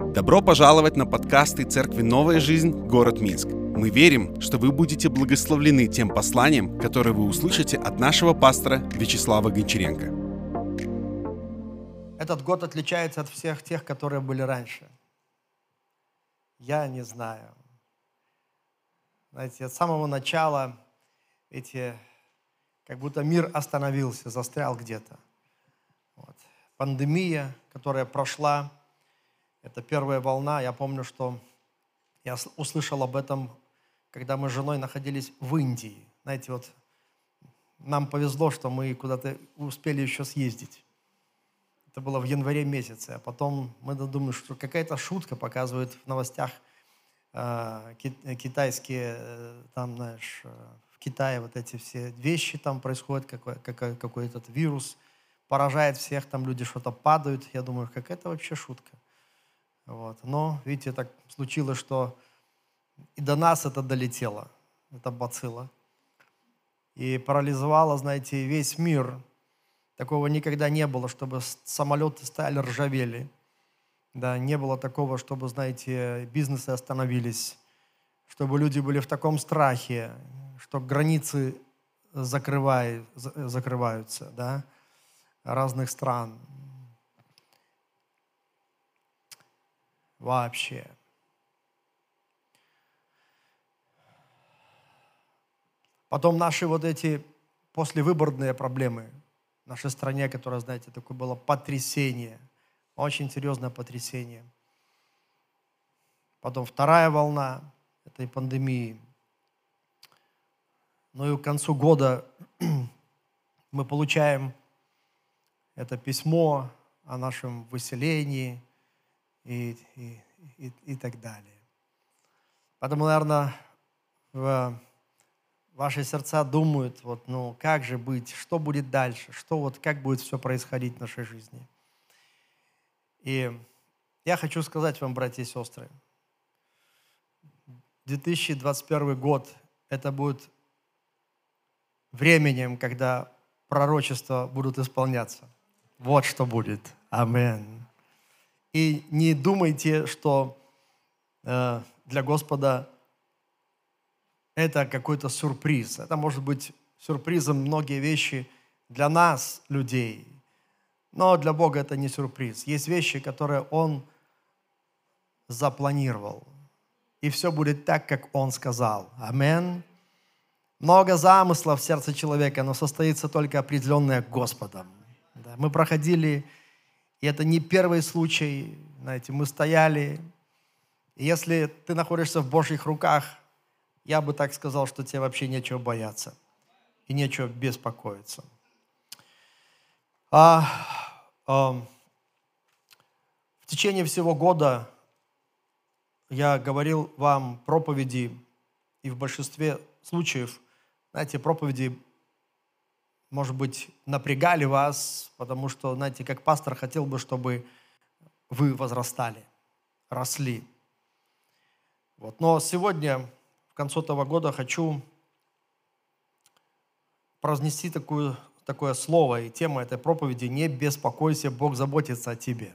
Добро пожаловать на подкасты Церкви «Новая жизнь», город Минск. Мы верим, что вы будете благословлены тем посланием, которое вы услышите от нашего пастора Вячеслава Гончаренко. Этот год отличается от всех тех, которые были раньше. Я не знаю. Знаете, от самого начала как будто мир остановился, застрял где-то. Вот. Пандемия, которая прошла, это первая волна. Я помню, что я услышал об этом, когда мы с женой находились в Индии. Знаете, вот нам повезло, что мы куда-то успели еще съездить. Это было в январе месяце. А потом мы думаем, что какая-то шутка показывает в новостях китайские, там, знаешь, в Китае вот эти все вещи там происходят, какой-то вирус поражает всех, там люди что-то падают. Я думаю, какая-то вообще шутка. Вот. Но, видите, так случилось, что и до нас это долетело, это бацилла. И парализовало, знаете, весь мир. Такого никогда не было, чтобы самолеты стояли, ржавели. Да, не было такого, чтобы, знаете, бизнесы остановились, чтобы люди были в таком страхе, что границы закрываются, да, разных стран. Вообще. Потом наши вот эти послевыборные проблемы в нашей стране, которая, знаете, такое было потрясение, очень серьезное потрясение. Потом вторая волна этой пандемии. Ну и к концу года мы получаем это письмо о нашем выселении и так далее. Поэтому, наверное, ваши сердца думают, как же быть, что будет дальше, как будет все происходить в нашей жизни. И я хочу сказать вам, братья и сестры, 2021 год – это будет временем, когда пророчества будут исполняться. Вот что будет. Аминь. И не думайте, что для Господа это какой-то сюрприз. Это может быть сюрпризом многие вещи для нас, людей. Но для Бога это не сюрприз. Есть вещи, которые Он запланировал. И все будет так, как Он сказал. Аминь. Много замыслов в сердце человека, но состоится только определенное Господом. Да, мы проходили, и это не первый случай. Знаете, мы стояли. И если ты находишься в Божьих руках, я бы так сказал, что тебе вообще нечего бояться и нечего беспокоиться. В течение всего года я говорил вам проповеди, и в большинстве случаев, знаете, проповеди, может быть, напрягали вас, потому что, знаете, как пастор хотел бы, чтобы вы возрастали, росли. Вот. Но сегодня, в конце этого года, хочу произнести такое слово, и тема этой проповеди «Не беспокойся, Бог заботится о тебе».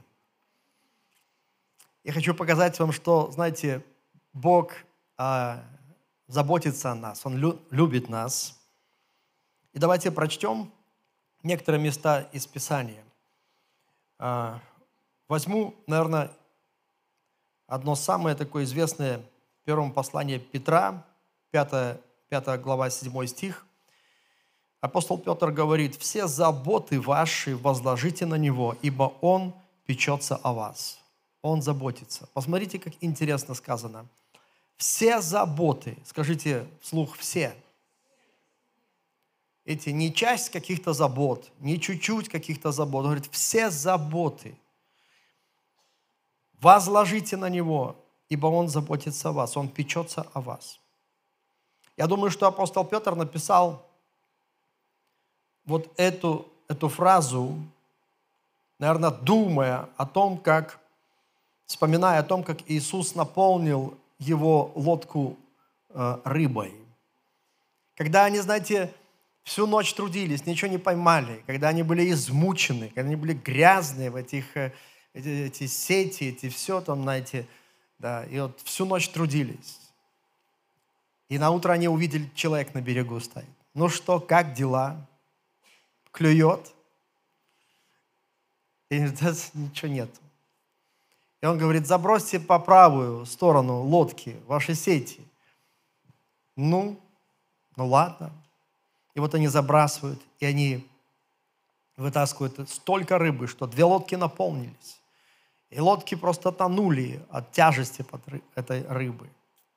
Я хочу показать вам, что, знаете, Бог заботится о нас, Он любит нас. И давайте прочтем некоторые места из Писания. Возьму, наверное, одно самое такое известное в первом послании Петра, 5 глава, 7 стих. Апостол Петр говорит: «Все заботы ваши возложите на Него, ибо Он печется о вас». Он заботится. Посмотрите, как интересно сказано. Все заботы, скажите вслух, все. Эти не часть каких-то забот, не чуть-чуть каких-то забот. Он говорит, все заботы возложите на Него, ибо Он заботится о вас, Он печется о вас. Я думаю, что апостол Петр написал вот эту фразу, наверное, думая о том, вспоминая о том, как Иисус наполнил его лодку рыбой. Когда они, знаете, всю ночь трудились, ничего не поймали, когда они были измучены, когда они были грязные в эти сети, эти все там, знаете, да, и вот всю ночь трудились. И на утро они увидели, человек на берегу стоит. Ну что, как дела? Клюет? И ничего нет. И он говорит, забросьте по правую сторону лодки, ваши сети. Ну ладно. И вот они забрасывают, и они вытаскивают столько рыбы, что 2 лодки наполнились. И лодки просто тонули от тяжести этой рыбы.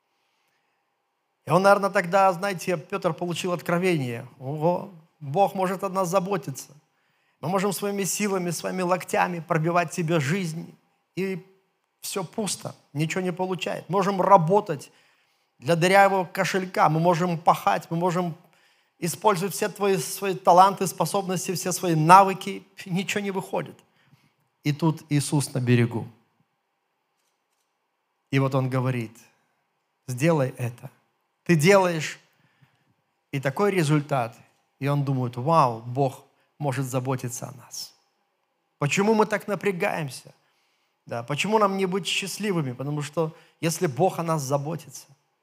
И он, наверное, тогда, знаете, Петр получил откровение. Ого, Бог может о нас заботиться. Мы можем своими силами, своими локтями пробивать себе жизнь, и все пусто, ничего не получает. Можем работать для дырявого кошелька, мы можем пахать, мы можем использовать все свои таланты, способности, все свои навыки, ничего не выходит. И тут Иисус на берегу. И вот Он говорит, сделай это. Ты делаешь, и такой результат. И он думает, вау, Бог может заботиться о нас. Почему мы так напрягаемся? Да, почему нам не быть счастливыми? Потому что если Бог о нас заботится.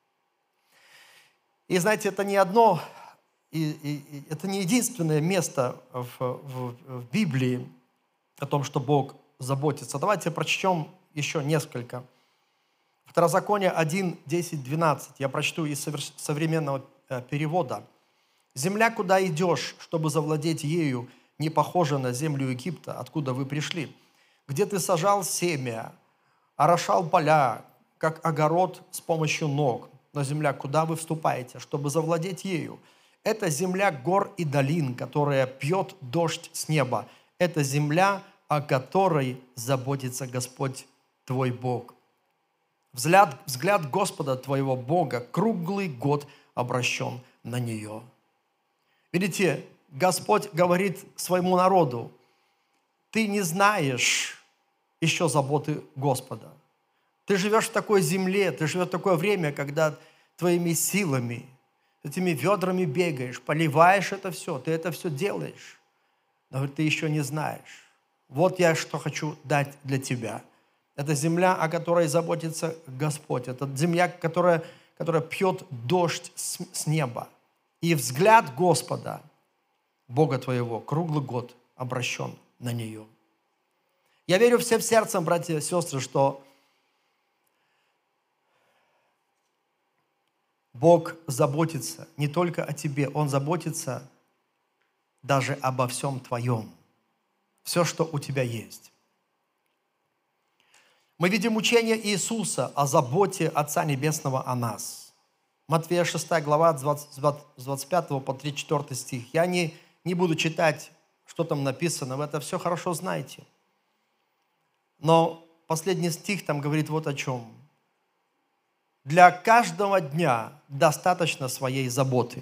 И знаете, это не одно, это не единственное место в Библии о том, что Бог заботится. Давайте прочтем еще несколько. Второзаконие 1, 10, 12. Я прочту из современного перевода. «Земля, куда идешь, чтобы завладеть ею, не похожа на землю Египта, откуда вы пришли, где ты сажал семя, орошал поля, как огород с помощью ног. Но земля, куда вы вступаете, чтобы завладеть ею, это земля гор и долин, которая пьет дождь с неба. Это земля, о которой заботится Господь твой Бог. Взгляд Господа твоего Бога круглый год обращен на нее». Видите, Господь говорит своему народу, ты не знаешь еще заботы Господа. Ты живешь в такой земле, ты живешь в такое время, когда твоими силами, этими ведрами бегаешь, поливаешь это все, ты это все делаешь. Но ты еще не знаешь. Вот я что хочу дать для тебя. Это земля, о которой заботится Господь. Это земля, которая пьет дождь с неба. И взгляд Господа, Бога твоего, круглый год обращен на нее. Я верю всем сердцем, братья и сестры, что Бог заботится не только о тебе, Он заботится даже обо всем твоем. Все, что у тебя есть. Мы видим учение Иисуса о заботе Отца Небесного о нас. Матфея 6 глава, с 25 по 34 стих. Я не буду читать, что там написано, вы это все хорошо знаете. Но последний стих там говорит вот о чем. Для каждого дня достаточно своей заботы.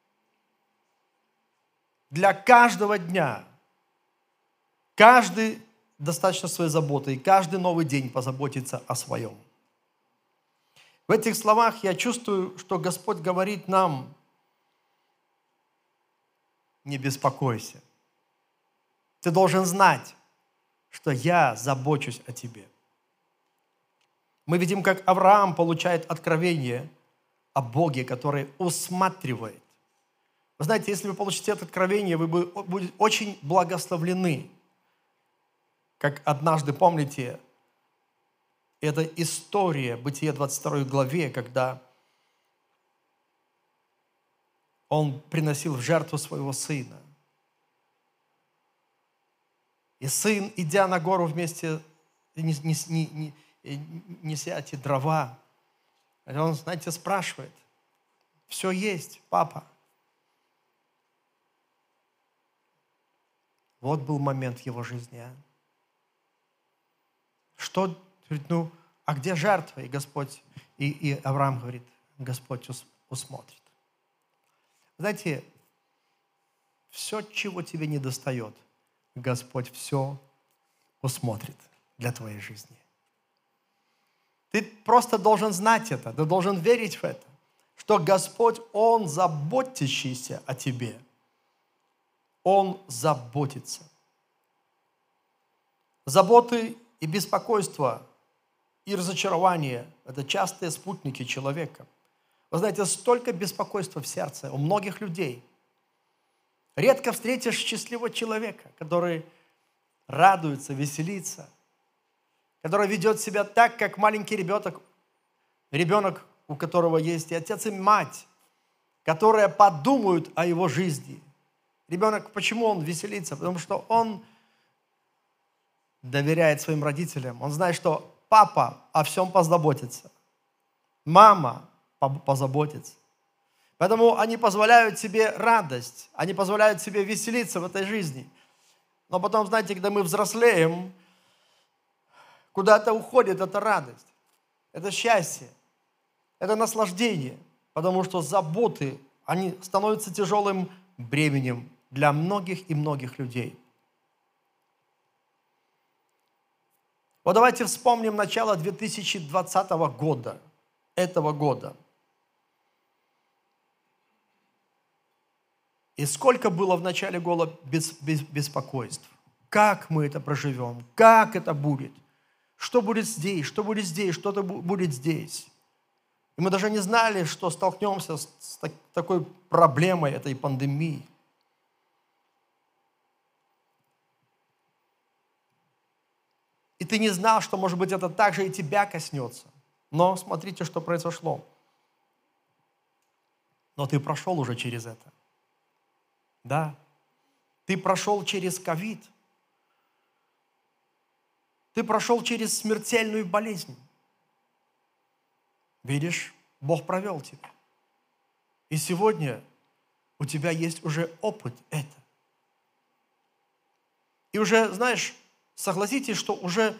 Для каждого дня. Каждый достаточно своей заботы, и каждый новый день позаботится о своем. В этих словах я чувствую, что Господь говорит нам, не беспокойся. Ты должен знать, что я забочусь о тебе. Мы видим, как Авраам получает откровение о Боге, который усматривает. Вы знаете, если вы получите это откровение, вы будете очень благословлены. Как однажды, помните, это история, Бытие 22 главе, когда он приносил в жертву своего сына. И сын, идя на гору вместе, неся эти дрова, он, знаете, спрашивает, все есть, папа. Вот был момент в его жизни. Что, говорит, а где жертва? И Господь, и Авраам говорит, Господь усмотрит. Знаете, все, чего тебе не достает, Господь все усмотрит для твоей жизни. Ты просто должен знать это, ты должен верить в это, что Господь, Он заботящийся о тебе. Он заботится. Заботы И беспокойство, и разочарование – это частые спутники человека. Вы знаете, столько беспокойства в сердце у многих людей. Редко встретишь счастливого человека, который радуется, веселится, который ведет себя так, как маленький ребенок, у которого есть и отец, и мать, которые подумают о его жизни. Ребенок, почему он веселится? Потому что он доверяет своим родителям. Он знает, что папа о всем позаботится. Мама позаботится. Поэтому они позволяют себе радость, они позволяют себе веселиться в этой жизни. Но потом, знаете, когда мы взрослеем, куда-то уходит эта радость, это счастье, это наслаждение, потому что заботы, они становятся тяжелым бременем для многих и многих людей. Вот давайте вспомним начало 2020 года, этого года. И сколько было в начале года беспокойств. Как мы это проживем? Как это будет? Что будет здесь? Что будет здесь? Что-то будет здесь. И мы даже не знали, что столкнемся с такой проблемой этой пандемии. И ты не знал, что, может быть, это также и тебя коснется. Но смотрите, что произошло. Но ты прошел уже через это. Да. Ты прошел через ковид. Ты прошел через смертельную болезнь. Видишь, Бог провел тебя. И сегодня у тебя есть уже опыт это. И уже, знаешь, согласитесь, что уже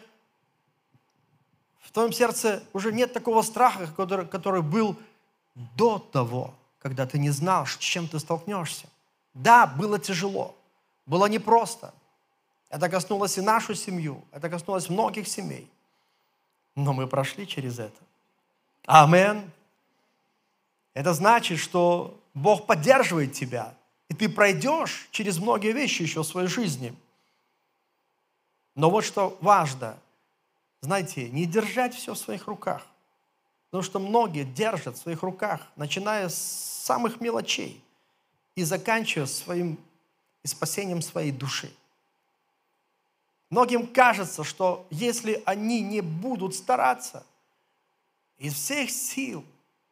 в твоем сердце уже нет такого страха, который был до того, когда ты не знал, с чем ты столкнешься. Да, было тяжело, было непросто. Это коснулось и нашу семью, это коснулось многих семей. Но мы прошли через это. Амин. Это значит, что Бог поддерживает тебя, и ты пройдешь через многие вещи еще в своей жизни. Но вот что важно, знаете, не держать все в своих руках. Потому что многие держат в своих руках, начиная с самых мелочей и заканчивая своим спасением своей души. Многим кажется, что если они не будут стараться из всех сил,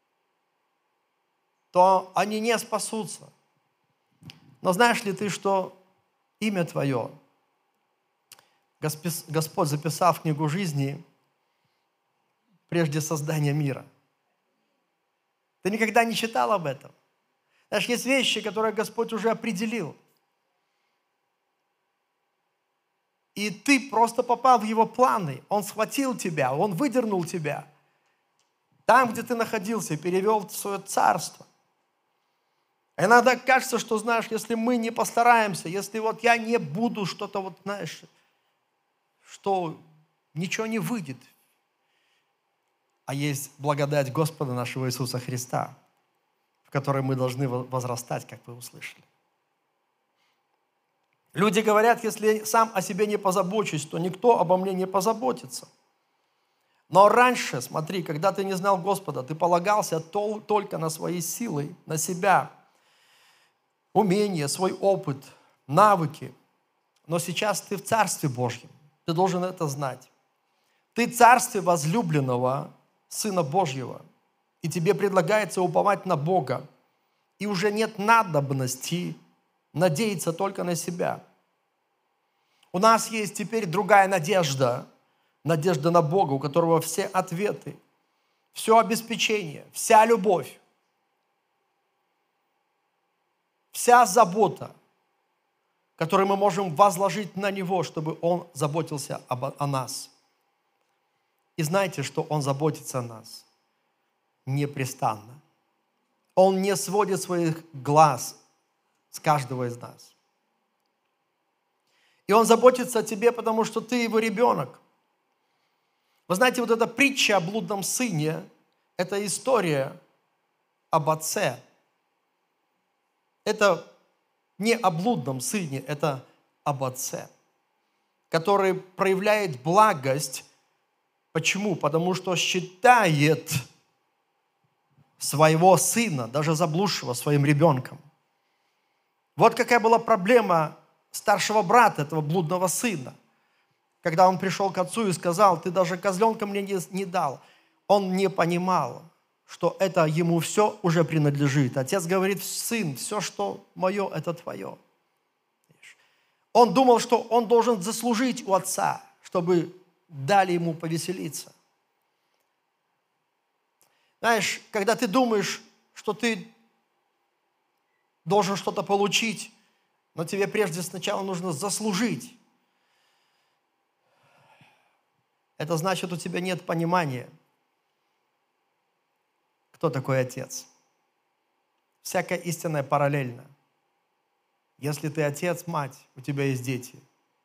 то они не спасутся. Но знаешь ли ты, что имя твое Господь записал в книгу жизни прежде создания мира? Ты никогда не читал об этом? Знаешь, есть вещи, которые Господь уже определил. И ты просто попал в Его планы. Он схватил тебя, Он выдернул тебя. Там, где ты находился, перевел в свое царство. А иногда кажется, что, знаешь, если мы не постараемся, если вот я не буду что-то, вот, знаешь, что ничего не выйдет. А есть благодать Господа нашего Иисуса Христа, в которой мы должны возрастать, как вы услышали. Люди говорят, если я сам о себе не позабочусь, то никто обо мне не позаботится. Но раньше, смотри, когда ты не знал Господа, ты полагался только на свои силы, на себя, умения, свой опыт, навыки. Но сейчас ты в Царстве Божьем. Ты должен это знать. Ты в Царстве возлюбленного Сына Божьего. И тебе предлагается уповать на Бога. И уже нет надобности надеяться только на себя. У нас есть теперь другая надежда. Надежда на Бога, у которого все ответы, все обеспечение, вся любовь, вся забота, которую мы можем возложить на Него, чтобы Он заботился о нас. И знаете, что Он заботится о нас непрестанно. Он не сводит своих глаз с каждого из нас. И Он заботится о тебе, потому что ты Его ребенок. Вы знаете, вот эта притча о блудном сыне – это история об отце. Это не о блудном сыне, это об отце. который проявляет благость. Почему? Потому что считает своего сына, даже заблудшего, своим ребенком. Вот какая была проблема старшего брата, этого блудного сына. Когда он пришел к отцу и сказал: ты даже козленка мне не дал. Он не понимал, что это ему все уже принадлежит. Отец говорит: сын, все, что мое, это твое. Он думал, что он должен заслужить у отца, чтобы дали ему повеселиться. Знаешь, когда ты думаешь, что ты должен что-то получить, но тебе прежде сначала нужно заслужить, это значит, у тебя нет понимания, кто такой отец. Всякая истинная параллельна. Если ты отец, мать, у тебя есть дети.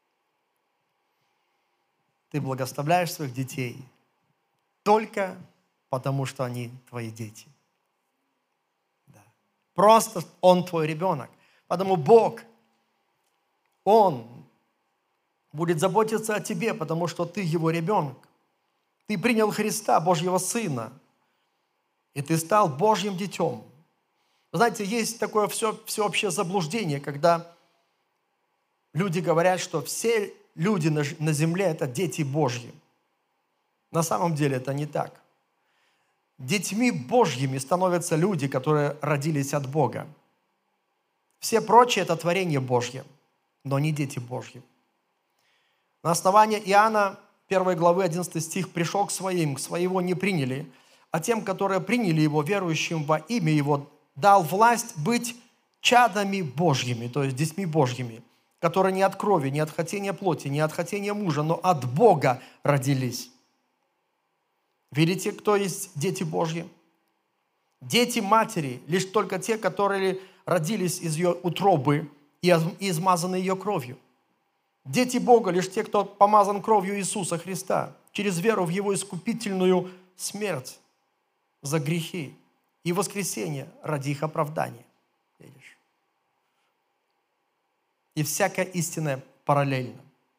Ты благословляешь своих детей только потому, что они твои дети. Да. Просто он твой ребенок. Потому Бог, Он будет заботиться о тебе, потому что ты его ребенок. Ты принял Христа, Божьего Сына, и ты стал Божьим детем. Вы знаете, есть такое всеобщее заблуждение, когда люди говорят, что все люди на земле – это дети Божьи. На самом деле это не так. Детьми Божьими становятся люди, которые родились от Бога. Все прочие – это творение Божье, но не дети Божьи. На основании Иоанна 1 главы 11 стих: «Пришел к своим, своего не приняли, а тем, которые приняли его, верующим во имя его, дал власть быть чадами Божьими», то есть детьми Божьими, которые не от крови, не от хотения плоти, не от хотения мужа, но от Бога родились. Видите, кто есть дети Божьи? Дети матери лишь только те, которые родились из ее утробы и измазаны ее кровью. Дети Бога лишь те, кто помазан кровью Иисуса Христа, через веру в Его искупительную смерть за грехи и воскресение ради их оправдания. Видишь? И всякая истинная параллельна.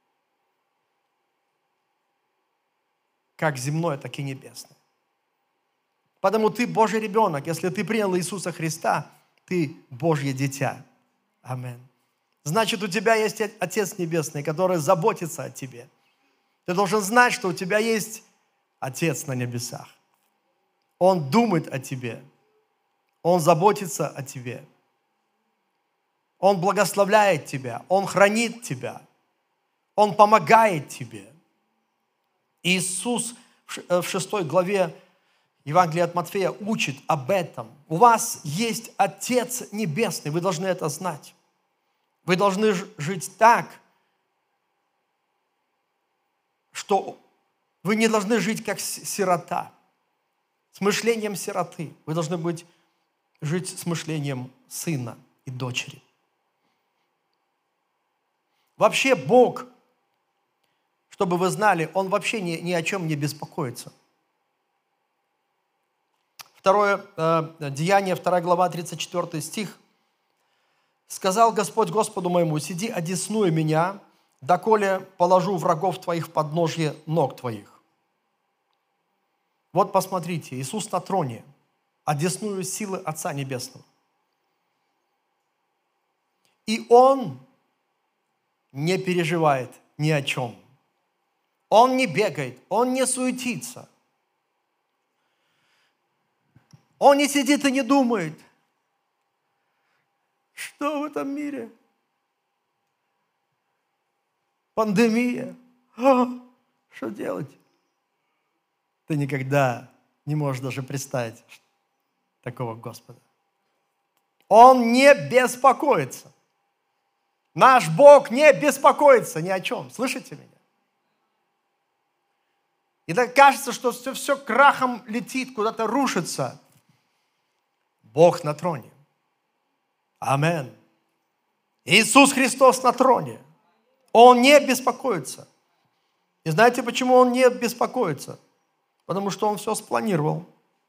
Как земное, так и небесное. Потому ты Божий ребенок. Если ты принял Иисуса Христа, ты Божье дитя. Аминь. Значит, у тебя есть Отец Небесный, который заботится о тебе. Ты должен знать, что у тебя есть Отец на небесах. Он думает о тебе. Он заботится о тебе. Он благословляет тебя. Он хранит тебя. Он помогает тебе. Иисус в 6 главе Евангелия от Матфея учит об этом. У вас есть Отец Небесный. Вы должны это знать. Вы должны жить так, что вы не должны жить как сирота, с мышлением сироты. Вы должны жить с мышлением сына и дочери. Вообще Бог, чтобы вы знали, Он вообще ни о чем не беспокоится. Второе Деяние, 2 глава, 34 стих. «Сказал Господь Господу моему: сиди, одесную меня, доколе положу врагов твоих в подножье ног твоих». Вот посмотрите, Иисус на троне, одесную силы Отца Небесного. И Он не переживает ни о чем. Он не бегает, Он не суетится. Он не сидит и не думает, что в этом мире? Пандемия. Что делать? Ты никогда не можешь даже представить такого Господа. Он не беспокоится. Наш Бог не беспокоится ни о чем. Слышите меня? И так кажется, что все крахом летит, куда-то рушится. Бог на троне. Аминь. Иисус Христос на троне. Он не беспокоится. И знаете, почему Он не беспокоится? Потому что Он все спланировал.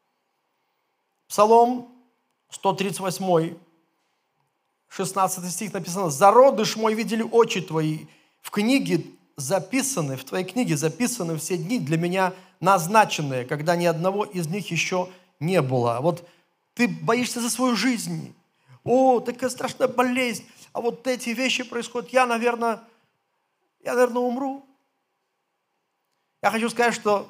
Псалом 138, 16 стих написано: «Зародыш мой видели очи твои, в книге записаны, в твоей книге записаны все дни для меня назначенные, когда ни одного из них еще не было. Вот ты боишься за свою жизнь. О, такая страшная болезнь. А вот эти вещи происходят. Я, наверное, умру. Я хочу сказать, что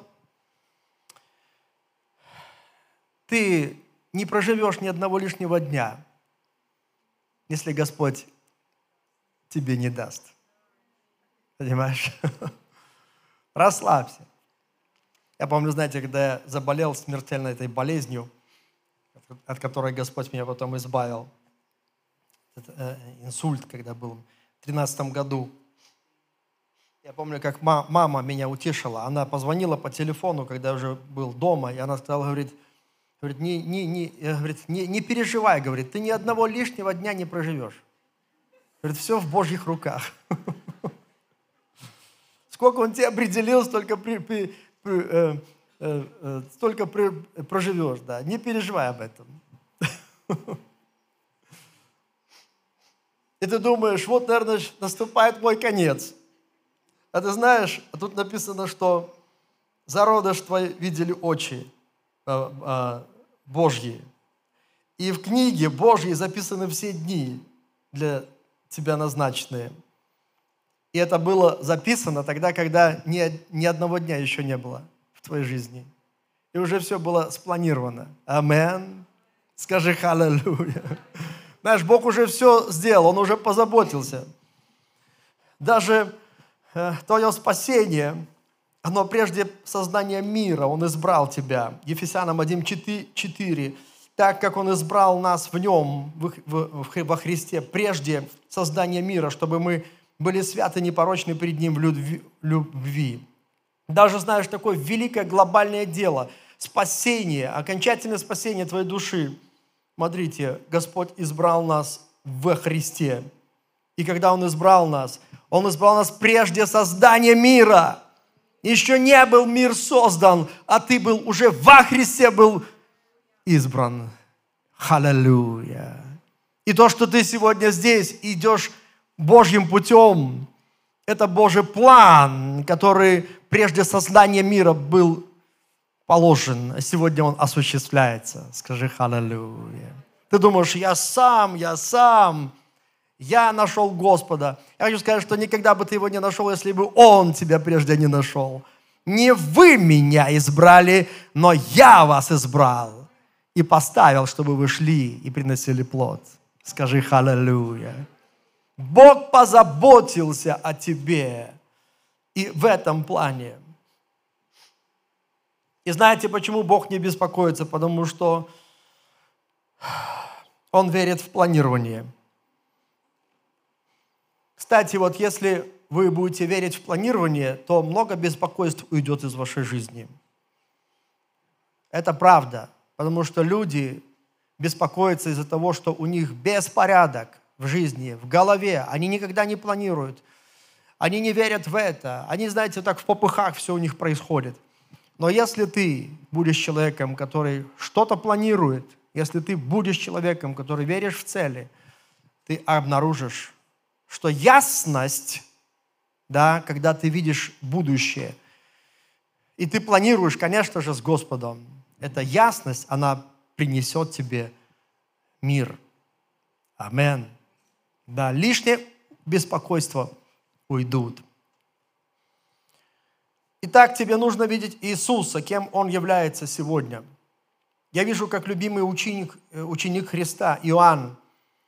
ты не проживешь ни одного лишнего дня, если Господь тебе не даст. Понимаешь? Расслабься. Я помню, знаете, когда я заболел смертельно этой болезнью, от которой Господь меня потом избавил, инсульт, когда был в 2013 году, я помню, как мама меня утешила. Она позвонила по телефону, когда я уже был дома, и она сказала, говорит, не переживай, говорит, ты ни одного лишнего дня не проживешь. Говорит, все в Божьих руках. Сколько Он тебе определил, столько проживешь, да. Не переживай об этом. И ты думаешь, вот, наверное, наступает мой конец. А ты знаешь, тут написано, что зародыш твой видели очи Божьи. И в книге Божьей записаны все дни для тебя назначенные. И это было записано тогда, когда ни одного дня еще не было в твоей жизни. И уже все было спланировано. Амен. Скажи халлелуя. Знаешь, Бог уже все сделал, Он уже позаботился. Даже твое спасение, оно прежде создания мира, Он избрал тебя. Ефесянам 1:4. Так как Он избрал нас в Нем, во Христе, прежде создания мира, чтобы мы были святы, непорочны пред Ним в любви. Даже, знаешь, такое великое глобальное дело, спасение, окончательное спасение твоей души. Смотрите, Господь избрал нас во Христе. И когда Он избрал нас прежде создания мира. Еще не был мир создан, а ты был уже во Христе был избран. Халлелуя. И то, что ты сегодня здесь идешь Божьим путем, это Божий план, который прежде создания мира был положен, а сегодня он осуществляется. Скажи халлелуя. Ты думаешь, я нашел Господа. Я хочу сказать, что никогда бы ты его не нашел, если бы Он тебя прежде не нашел. Не вы меня избрали, но я вас избрал и поставил, чтобы вы шли и приносили плод. Скажи халлелуя. Бог позаботился о тебе и в этом плане. И знаете, почему Бог не беспокоится? Потому что Он верит в планирование. Кстати, вот если вы будете верить в планирование, то много беспокойств уйдет из вашей жизни. Это правда, потому что люди беспокоятся из-за того, что у них беспорядок в жизни, в голове. Они никогда не планируют. Они не верят в это. Они, знаете, так в попыхах все у них происходит. Но если ты будешь человеком, который что-то планирует, если ты будешь человеком, который веришь в цели, ты обнаружишь, что ясность, да, когда ты видишь будущее, и ты планируешь, конечно же, с Господом, эта ясность, она принесет тебе мир. Амен. Да, лишнее беспокойство уйдут. Итак, тебе нужно видеть Иисуса, кем Он является сегодня. Я вижу, как любимый ученик Христа, Иоанн,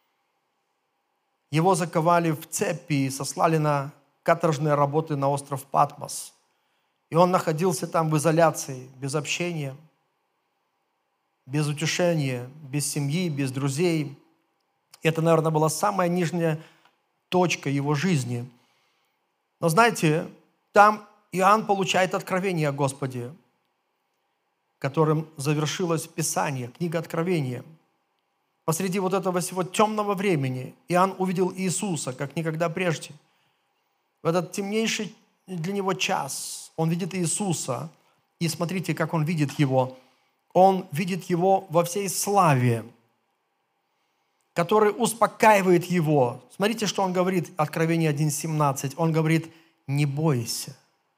его заковали в цепи и сослали на каторжные работы на остров Патмос. И он находился там в изоляции, без общения, без утешения, без семьи, без друзей. Это, наверное, была самая нижняя точка его жизни. Но знаете, там Иоанн получает откровение о Господе, которым завершилось Писание, книга Откровения. Посреди вот этого всего темного времени Иоанн увидел Иисуса, как никогда прежде. В этот темнейший для него час он видит Иисуса, и смотрите, как он видит Его. Он видит Его во всей славе, который успокаивает его. Смотрите, что он говорит, Откровение 1:17. Он говорит, не бойся.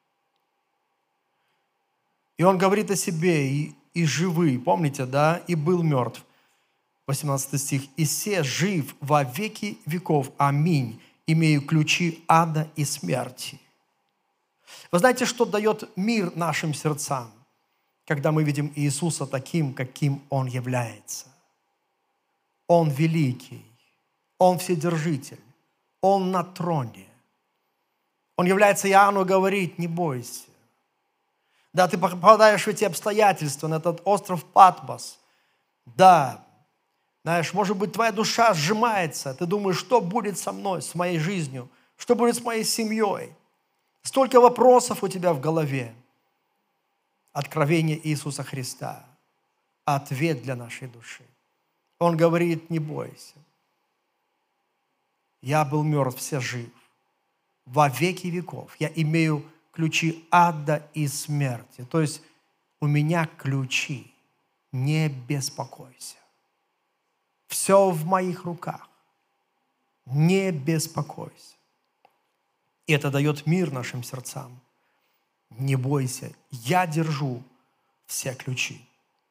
И он говорит о себе, и живый, помните, да, и был мертв. 18 стих. «И се жив во веки веков. Аминь. Имею ключи ада и смерти». Вы знаете, что дает мир нашим сердцам, когда мы видим Иисуса таким, каким Он является? Он великий, Он вседержитель, Он на троне. Он является, Иоанну говорит, не бойся. Да, ты попадаешь в эти обстоятельства, на этот остров Патмос. Да, знаешь, может быть, твоя душа сжимается. Ты думаешь, что будет со мной, с моей жизнью? Что будет с моей семьей? Столько вопросов у тебя в голове. Откровение Иисуса Христа. Ответ для нашей души. Он говорит, не бойся. Я был мертв, все жив. Во веки веков я имею ключи ада и смерти. То есть у меня ключи. Не беспокойся. Все в моих руках. Не беспокойся. И это дает мир нашим сердцам. Не бойся. Я держу все ключи.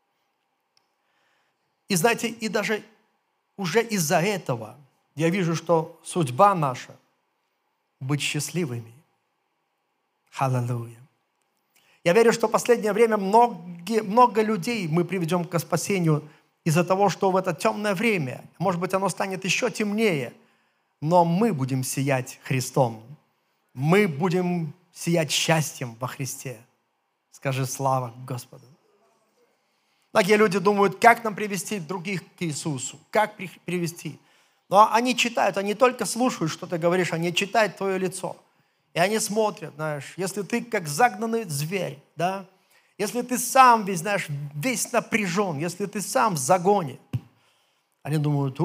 И знаете, и даже уже из-за этого я вижу, что судьба наша быть счастливыми. Аллилуйя. Я верю, что в последнее время много людей мы приведем к спасению из-за того, что в это темное время, может быть, оно станет еще темнее, но мы будем сиять Христом. Мы будем сиять счастьем во Христе. Скажи слава Господу. Многие люди думают, как нам привести других к Иисусу, как привести. Но они читают, они только слушают, что ты говоришь, они читают твое лицо. И они смотрят, знаешь, если ты как загнанный зверь, да, если ты сам весь, знаешь, весь напряжен, если ты сам в загоне, они думают,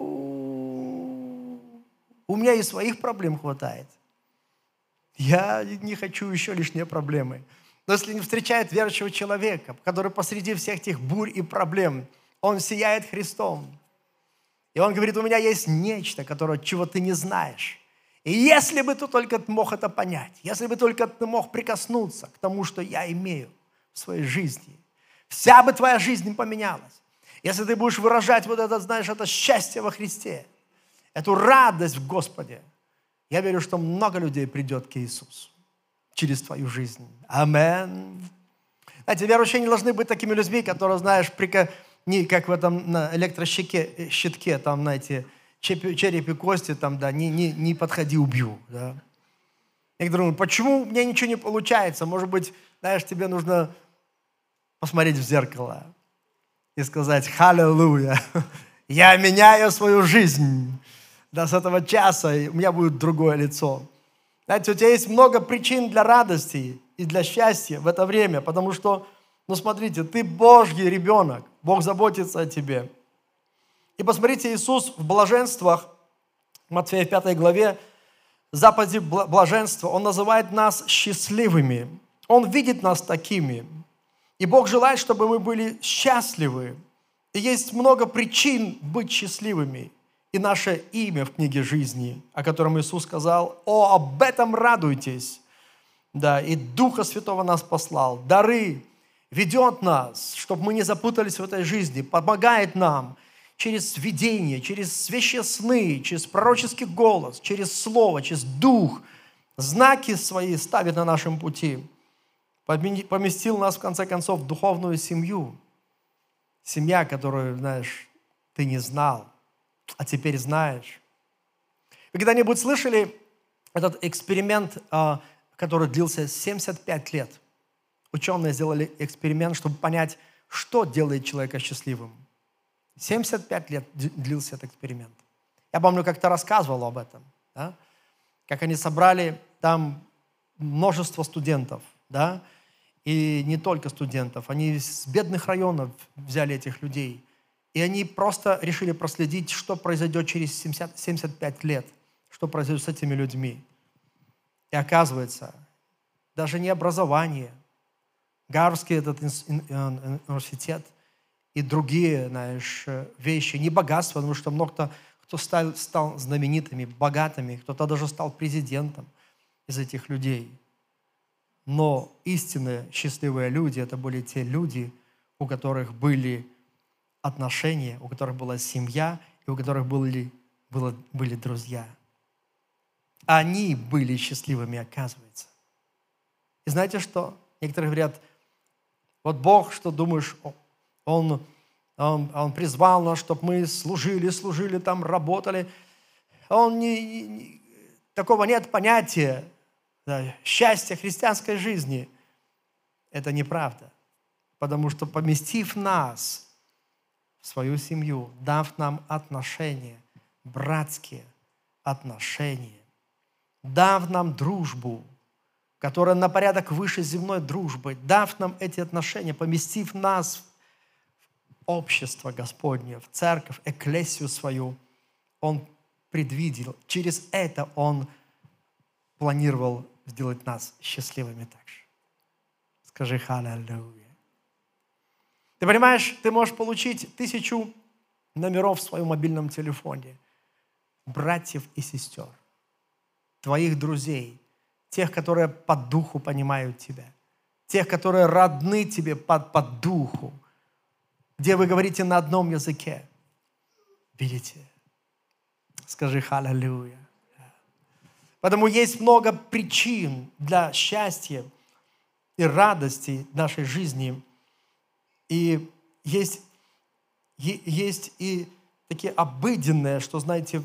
у меня и своих проблем хватает. Я не хочу еще лишние проблемы. Но если не встречает верующего человека, который посреди всех этих бурь и проблем, он сияет Христом. И он говорит, у меня есть нечто, чего ты не знаешь. И если бы ты только мог это понять, если бы только ты мог прикоснуться к тому, что я имею в своей жизни, вся бы твоя жизнь поменялась. Если ты будешь выражать вот это, знаешь, это счастье во Христе, эту радость в Господе, я верю, что много людей придет к Иисусу через твою жизнь. Аминь. Знаете, верующие не должны быть такими людьми, которые, знаешь, не как в этом на электрощитке, там, знаете, череп и кости, там, да, не подходи, убью. Да. Некоторые думают, почему у меня ничего не получается? Может быть, знаешь, тебе нужно посмотреть в зеркало и сказать, аллилуйя, я меняю свою жизнь. Да, с этого часа у меня будет другое лицо. Знаете, у тебя есть много причин для радости и для счастья в это время, потому что, ну смотрите, ты Божий ребенок, Бог заботится о тебе. И посмотрите, Иисус в блаженствах, Матфея в 5 главе, заповеди блаженства, Он называет нас счастливыми. Он видит нас такими. И Бог желает, чтобы мы были счастливы. И есть много причин быть счастливыми. И наше имя в книге жизни, о котором Иисус сказал, об этом радуйтесь. Да, и Духа Святого нас послал. Дары ведет нас, чтобы мы не запутались в этой жизни, помогает нам через видение, через священные сны, через пророческий голос, через слово, через Дух. Знаки свои ставит на нашем пути. Поместил нас, в конце концов, в духовную семью. Семья, которую, знаешь, ты не знал, а теперь знаешь. Вы когда-нибудь слышали этот эксперимент, который длился 75 лет? Ученые сделали эксперимент, чтобы понять, что делает человека счастливым. 75 лет длился этот эксперимент. Я помню, как-то рассказывал об этом. Да? Как они собрали там множество студентов. Да? И не только студентов. Они с бедных районов взяли этих людей. И они просто решили проследить, что произойдет через 75 лет, что произойдет с этими людьми. И оказывается, даже не образование, Гарвардский этот университет и другие, знаешь, вещи, не богатство, потому что много кто стал знаменитыми, богатыми, кто-то даже стал президентом. из этих людей. Но истинно счастливые люди – это были те люди, у которых были отношения, у которых была семья и у которых были друзья. Они были счастливыми, оказывается. И знаете что? Некоторые говорят, вот Бог, что думаешь, Он призвал нас, чтобы мы служили, там работали. Такого нет понятия счастья христианской жизни. Это неправда. Потому что поместив нас в свою семью, дав нам отношения, братские отношения, дав нам дружбу, которая на порядок выше земной дружбы, дав нам эти отношения, поместив нас в общество Господне, в церковь, экклесию свою, Он предвидел. Через это Он планировал сделать нас счастливыми также. Скажи «Халлелуя». Ты понимаешь, ты можешь получить 1000 номеров в своем мобильном телефоне, братьев и сестер, твоих друзей, тех, которые по духу понимают тебя, тех, которые родны тебе по духу, где вы говорите на одном языке. Видите? Скажи «Халлелуя». Потому есть много причин для счастья и радости нашей жизни. И есть и такие обыденные, что, знаете,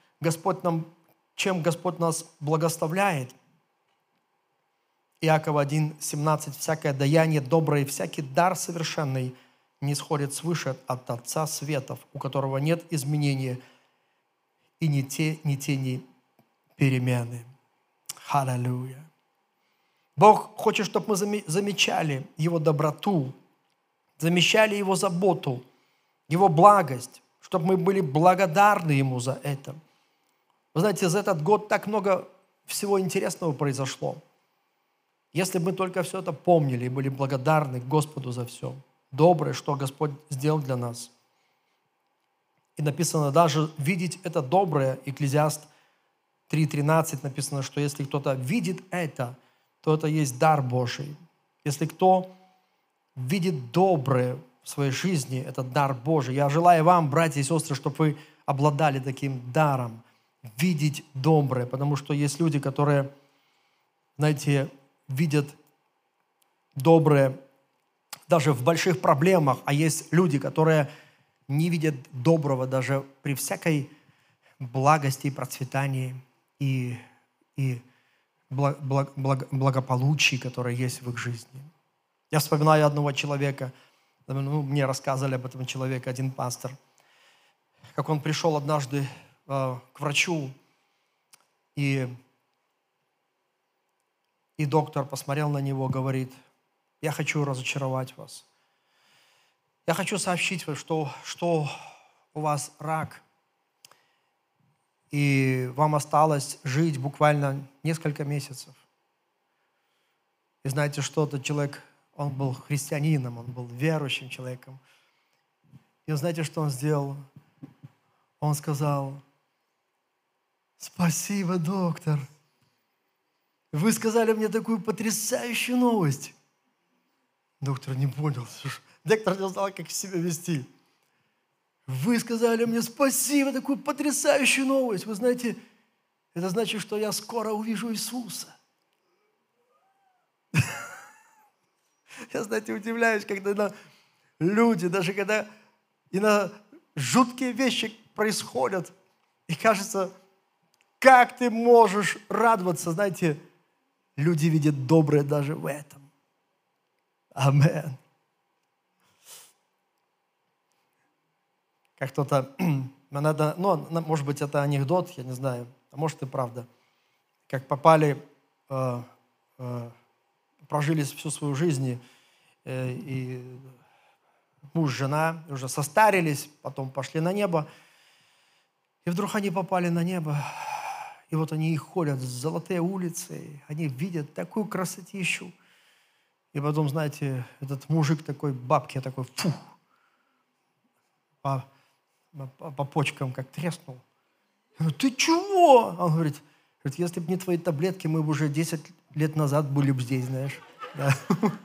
чем Господь нас благословляет. Иакова 1:17. «Всякое даяние доброе, всякий дар совершенный не сходит свыше от Отца светов, у которого нет изменения и ни тени перемены». Аллилуйя. Бог хочет, чтобы мы замечали Его доброту, замечали Его заботу, Его благость, чтобы мы были благодарны Ему за это. Вы знаете, за этот год так много всего интересного произошло. Если бы мы только все это помнили и были благодарны Господу за все доброе, что Господь сделал для нас. И написано, даже видеть это доброе, Экклезиаст 3:13 написано, что если кто-то видит это, то это есть дар Божий. Если кто видит доброе в своей жизни, это дар Божий. Я желаю вам, братья и сестры, чтобы вы обладали таким даром, видеть доброе, потому что есть люди, которые, знаете, видят доброе даже в больших проблемах, а есть люди, которые не видят доброго даже при всякой благости и процветании и благополучии, которое есть в их жизни. Я вспоминаю одного человека, мне рассказывали об этом человеке, один пастор, как он пришел однажды к врачу, и доктор посмотрел на него, говорит: «Я хочу разочаровать вас. Я хочу сообщить вам, что у вас рак, и вам осталось жить буквально несколько месяцев». И знаете, что этот человек, он был христианином, он был верующим человеком. И знаете, что он сделал? Он сказал: «Спасибо, доктор. Вы сказали мне такую потрясающую новость». Доктор не понял. Доктор не знал, как себя вести. «Вы сказали мне спасибо, такую потрясающую новость. Вы знаете, это значит, что я скоро увижу Иисуса». Я, знаете, удивляюсь, когда люди, даже когда жуткие вещи происходят, и кажется, как ты можешь радоваться, знаете, люди видят доброе даже в этом. Амен. Как кто-то, может быть, это анекдот, я не знаю, а может и правда. Как прожили всю свою жизнь, и муж, жена уже состарились, потом пошли на небо, и вдруг они попали на небо, и вот они ходят, золотые улицы, они видят такую красотищу, и потом, знаете, этот мужик такой, бабки такой, по почкам как треснул. Я говорю: «Ты чего?» Он говорит: Говорит, если бы не твои таблетки, мы бы уже 10 лет назад были бы здесь, знаешь. Да.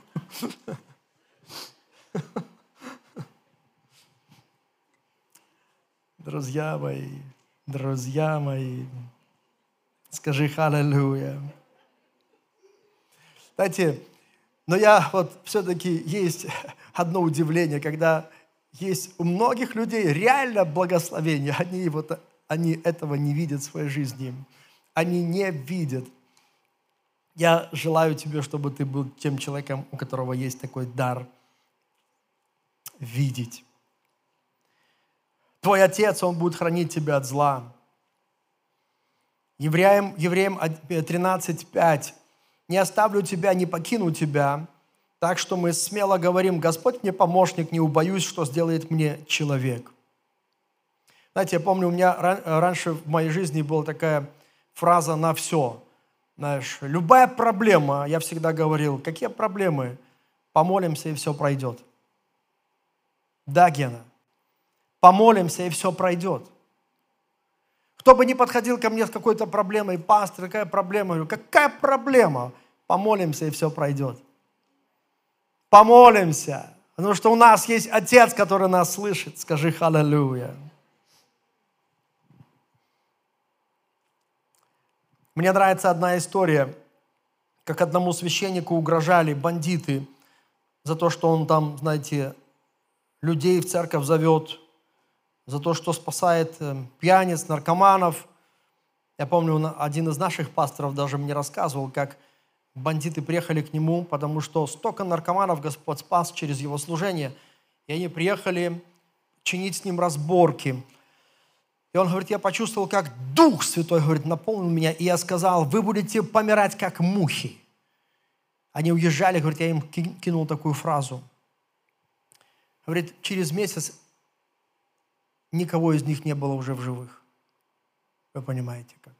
Друзья мои, скажи «Халлелуя». Знаете, но я вот все-таки есть одно удивление, когда есть у многих людей реально благословение, они этого не видят в своей жизни, они не видят. Я желаю тебе, чтобы ты был тем человеком, у которого есть такой дар видеть. Твой Отец, Он будет хранить тебя от зла. Евреям 13:5. «Не оставлю тебя, не покину тебя». Так что мы смело говорим, Господь мне помощник, не убоюсь, что сделает мне человек. Знаете, я помню, у меня раньше в моей жизни была такая фраза на все. Знаешь, любая проблема, я всегда говорил, какие проблемы? Помолимся, и все пройдет. Да, Гена, помолимся, и все пройдет. Кто бы ни подходил ко мне с какой-то проблемой, пастор, какая проблема? Я говорю, какая проблема? Помолимся, и все пройдет. Помолимся, потому что у нас есть Отец, который нас слышит. Скажи «Халлелуя». Мне нравится одна история, как одному священнику угрожали бандиты за то, что он там, знаете, людей в церковь зовет, за то, что спасает пьяниц, наркоманов. Я помню, один из наших пасторов даже мне рассказывал, как бандиты приехали к нему, потому что столько наркоманов Господь спас через его служение, и они приехали чинить с ним разборки. И он говорит, я почувствовал, как Дух Святой, говорит, наполнил меня, и я сказал, вы будете помирать, как мухи. Они уезжали, говорит, я им кинул такую фразу. Говорит, через месяц никого из них не было уже в живых. Вы понимаете, как?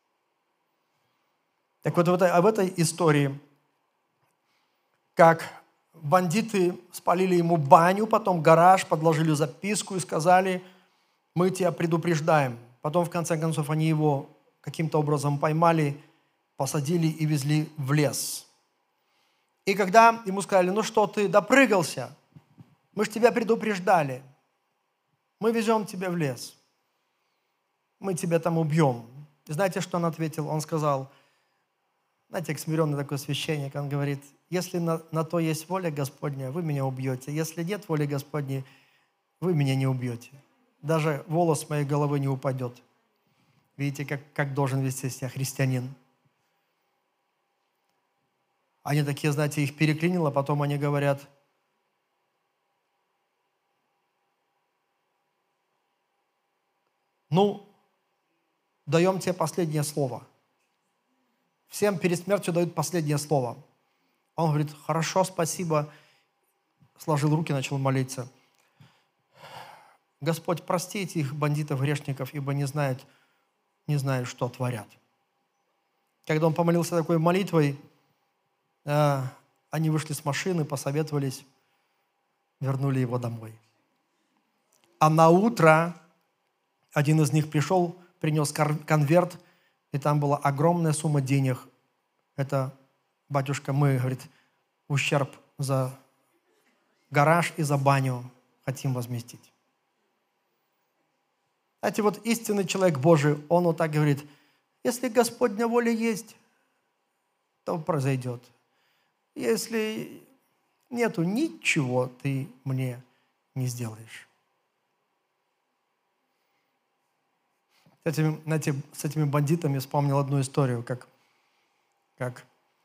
Так вот, об этой истории, как бандиты спалили ему баню, потом гараж, подложили записку и сказали, мы тебя предупреждаем. Потом, в конце концов, они его каким-то образом поймали, посадили и везли в лес. И когда ему сказали, ну что, ты допрыгался? Мы же тебя предупреждали. Мы везем тебя в лес. Мы тебя там убьем. И знаете, что он ответил? Он сказал, знаете, как смиренный такой священник, он говорит, если на то есть воля Господня, вы меня убьете. Если нет воли Господней, вы меня не убьете. Даже волос с моей головы не упадет. Видите, как должен вести себя христианин. Они такие, знаете, их переклинило, потом они говорят, ну, даем тебе последнее слово. Всем перед смертью дают последнее слово. Он говорит, хорошо, спасибо. Сложил руки, начал молиться. Господь, прости этих бандитов, грешников, ибо не знают, что творят. Когда он помолился такой молитвой, они вышли с машины, посоветовались, вернули его домой. А на утро один из них пришел, принес конверт, и там была огромная сумма денег. Это, батюшка, мы, говорит, ущерб за гараж и за баню хотим возместить. Знаете, вот истинный человек Божий, он вот так говорит, если Господня воля есть, то произойдет. Если нету ничего, ты мне не сделаешь. Знаете, с этими бандитами вспомнил одну историю, как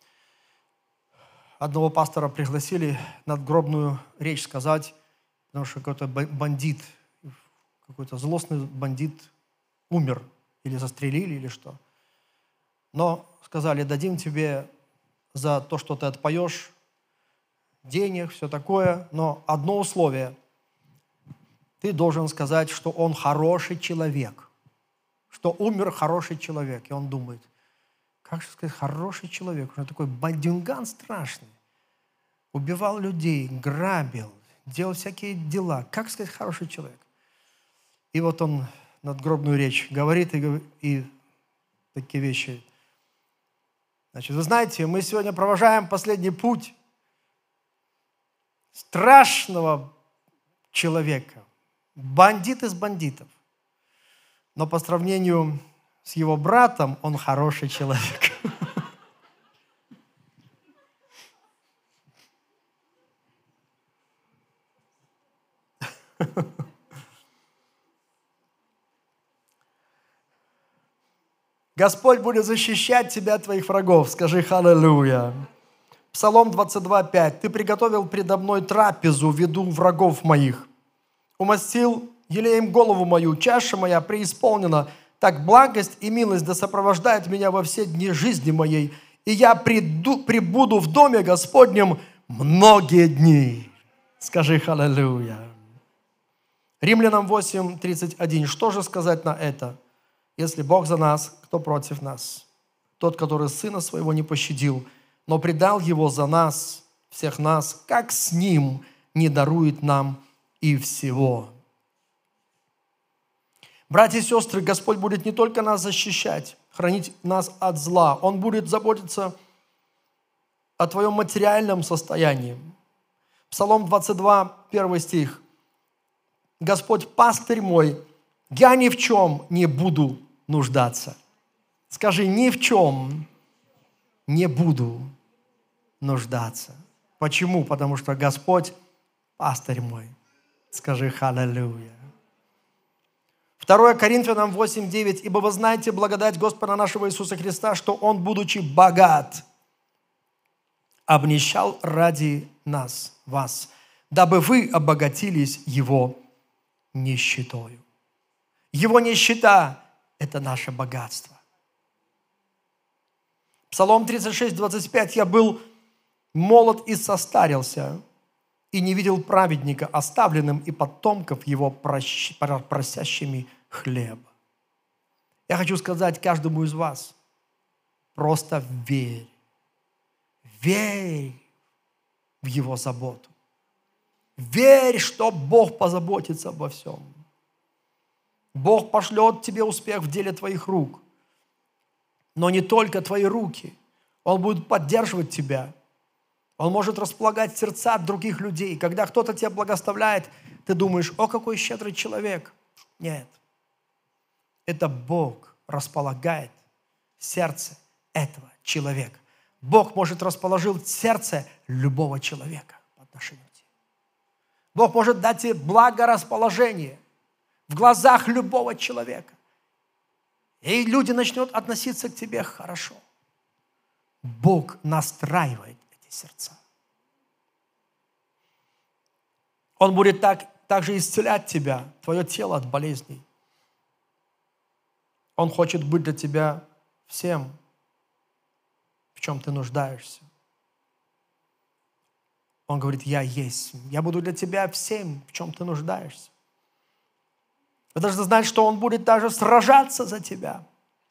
одного пастора пригласили надгробную речь сказать, потому что какой-то бандит, какой-то злостный бандит умер, или застрелили, или что. Но сказали, дадим тебе за то, что ты отпоешь, денег, все такое, но одно условие. Ты должен сказать, что он хороший человек, что умер хороший человек. И он думает, как же сказать, хороший человек? Он такой бандюган страшный. Убивал людей, грабил, делал всякие дела. Как сказать, хороший человек? И вот он надгробную речь говорит и такие вещи. Значит, вы знаете, мы сегодня провожаем последний путь страшного человека, бандит из бандитов. Но по сравнению с его братом, он хороший человек. Господь будет защищать тебя от твоих врагов. Скажи «Халлелуя». Псалом 22:5. «Ты приготовил предо мной трапезу в виду врагов моих. Умастил елеем голову мою, чаша моя преисполнена. Так благость и милость да сопровождают меня во все дни жизни моей. И я пребуду в доме Господнем многие дни». Скажи «Халлелуя». Римлянам 8:31. Что же сказать на это? Если Бог за нас, кто против нас? Тот, который Сына Своего не пощадил, но предал Его за нас, всех нас, как с Ним не дарует нам и всего. Братья и сестры, Господь будет не только нас защищать, хранить нас от зла. Он будет заботиться о твоем материальном состоянии. Псалом 22, 1 стих. «Господь пастырь мой, я ни в чем не буду нуждаться». Скажи, ни в чем не буду нуждаться. Почему? Потому что Господь пастырь мой. Скажи «Халлелуя». 2 Коринфянам 8:9. «Ибо вы знаете благодать Господа нашего Иисуса Христа, что Он, будучи богат, обнищал ради нас, вас, дабы вы обогатились Его нищетою». Его нищета – это наше богатство. Псалом 36:25. «Я был молод и состарился, и не видел праведника оставленным и потомков его просящими хлеба». Я хочу сказать каждому из вас, просто верь. Верь в Его заботу. Верь, что Бог позаботится обо всем. Бог пошлет тебе успех в деле твоих рук. Но не только твои руки. Он будет поддерживать тебя. Он может располагать сердца других людей. Когда кто-то тебя благословляет, ты думаешь: о, какой щедрый человек. Нет. Это Бог располагает сердце этого человека. Бог может расположить сердце любого человека по отношению к тебе. Бог может дать тебе благорасположение в глазах любого человека. И люди начнут относиться к тебе хорошо. Бог настраивает эти сердца. Он будет также исцелять тебя, твое тело от болезней. Он хочет быть для тебя всем, в чем ты нуждаешься. Он говорит: я есть. Я буду для тебя всем, в чем ты нуждаешься. Вы должны знать, что Он будет даже сражаться за тебя.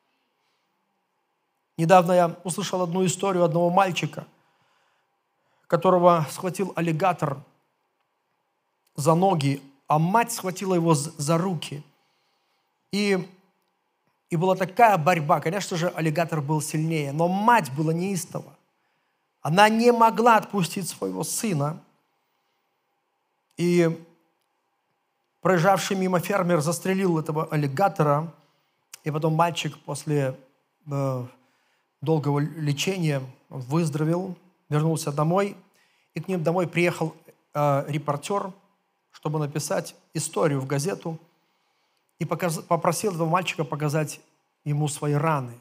Недавно я услышал одну историю одного мальчика, которого схватил аллигатор за ноги, а мать схватила его за руки. И была такая борьба. Конечно же, аллигатор был сильнее, но мать была неистова. Она не могла отпустить своего сына. И проезжавший мимо фермер застрелил этого аллигатора. И потом мальчик после долгого лечения выздоровел, вернулся домой. И к ним домой приехал репортер, чтобы написать историю в газету. И попросил этого мальчика показать ему свои раны.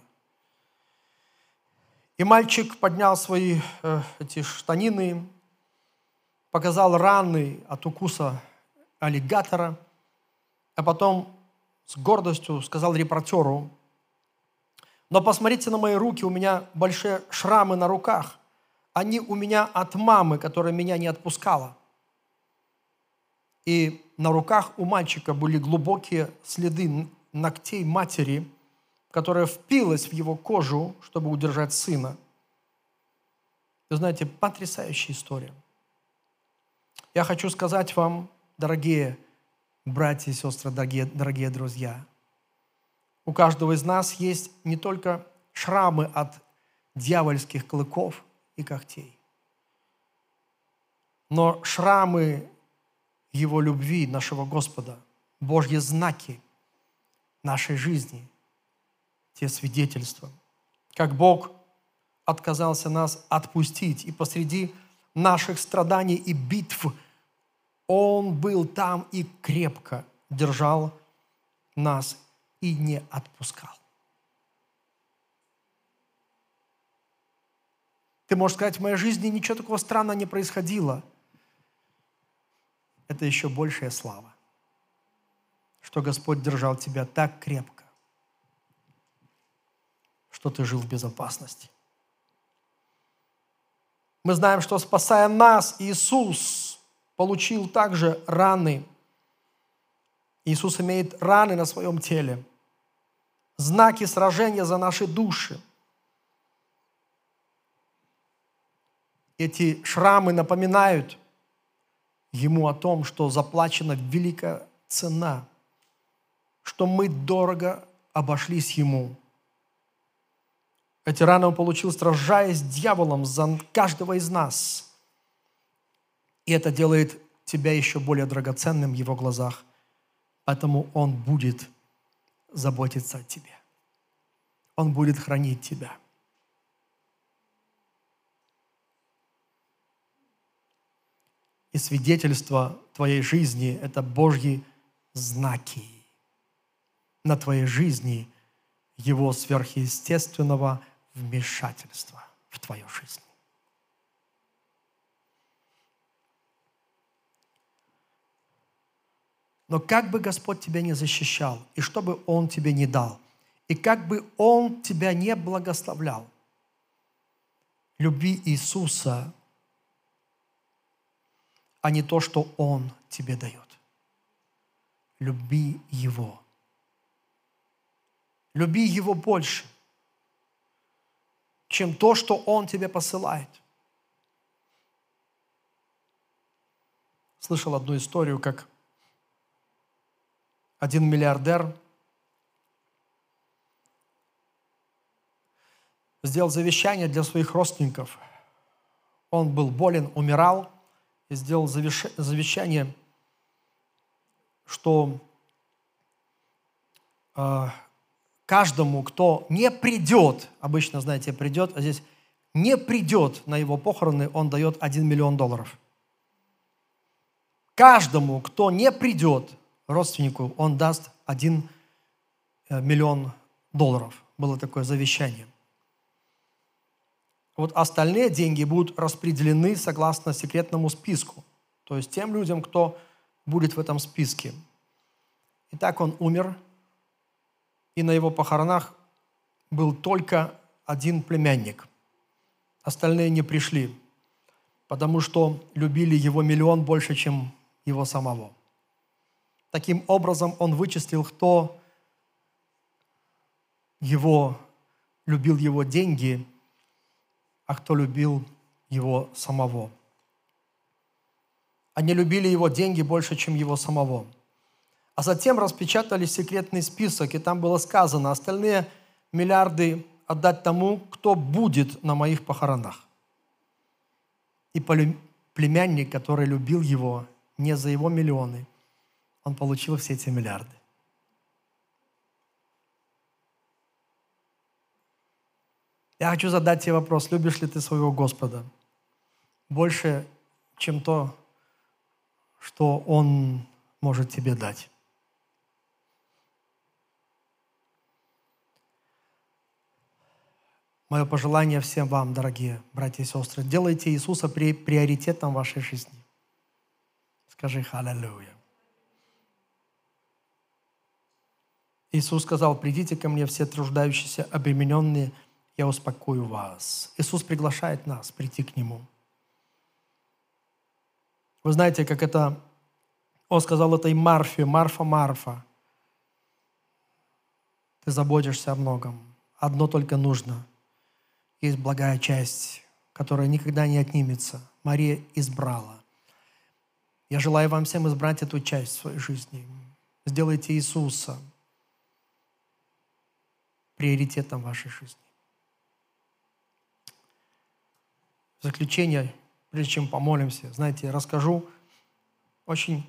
И мальчик поднял свои эти штанины, показал раны от укуса аллигатора, а потом с гордостью сказал репортеру: но посмотрите на мои руки, у меня большие шрамы на руках. Они у меня от мамы, которая меня не отпускала. И на руках у мальчика были глубокие следы ногтей матери, которая впилась в его кожу, чтобы удержать сына. Вы знаете, потрясающая история. Я хочу сказать вам, дорогие братья и сестры, дорогие друзья, У каждого из нас есть не только шрамы от дьявольских клыков и когтей, но шрамы Его любви, нашего Господа, Божьи знаки нашей жизни, те свидетельства. Как Бог отказался нас отпустить, и посреди наших страданий и битв Он был там и крепко держал нас и не отпускал. Ты можешь сказать, в моей жизни ничего такого странного не происходило. Это еще большая слава, что Господь держал тебя так крепко, что ты жил в безопасности. Мы знаем, что, спасая нас, Иисус получил также раны. Иисус имеет раны на своем теле, знаки сражения за наши души. Эти шрамы напоминают Ему о том, что заплачена великая цена, что мы дорого обошлись Ему. Эти раны Он получил, сражаясь с дьяволом за каждого из нас. И это делает тебя еще более драгоценным в Его глазах. Поэтому Он будет заботиться о тебе. Он будет хранить тебя. И свидетельство твоей жизни – это Божьи знаки на твоей жизни Его сверхъестественного вмешательства в твою жизнь. Но как бы Господь тебя не защищал, и что бы Он тебе не дал, и как бы Он тебя не благословлял, люби Иисуса, а не то, что Он тебе дает. Люби Его. Люби Его больше, чем то, что Он тебе посылает. Слышал одну историю, как один миллиардер сделал завещание для своих родственников. Он был болен, умирал, и сделал завещание, что каждому, кто не придет, обычно, знаете, придет, а здесь не придет на его похороны, он дает $1 миллион. Каждому, кто не придет, родственнику, он даст $1 миллион. Было такое завещание. Вот остальные деньги будут распределены согласно секретному списку. То есть тем людям, кто будет в этом списке. Итак, он умер, и на его похоронах был только один племянник. Остальные не пришли, потому что любили его миллион больше, чем его самого. Таким образом, он вычислил, кто любил его деньги, а кто любил его самого. Они любили его деньги больше, чем его самого. А затем распечатали секретный список, и там было сказано, остальные миллиарды отдать тому, кто будет на моих похоронах. И племянник, который любил его не за его миллионы, он получил все эти миллиарды. Я хочу задать тебе вопрос, любишь ли ты своего Господа больше, чем то, что Он может тебе дать? Мое пожелание всем вам, дорогие братья и сестры, делайте Иисуса приоритетом в вашей жизни. Скажи «Аллилуйя». Иисус сказал, придите ко мне все труждающиеся, обремененные, я успокою вас. Иисус приглашает нас прийти к Нему. Вы знаете, как это, Он сказал этой Марфе, Марфа, Марфа, ты заботишься о многом, одно только нужно. Есть благая часть, которая никогда не отнимется. Мария избрала. Я желаю вам всем избрать эту часть в своей жизни. Сделайте Иисуса приоритетом в вашей жизни. В заключение, прежде чем помолимся, знаете, я расскажу очень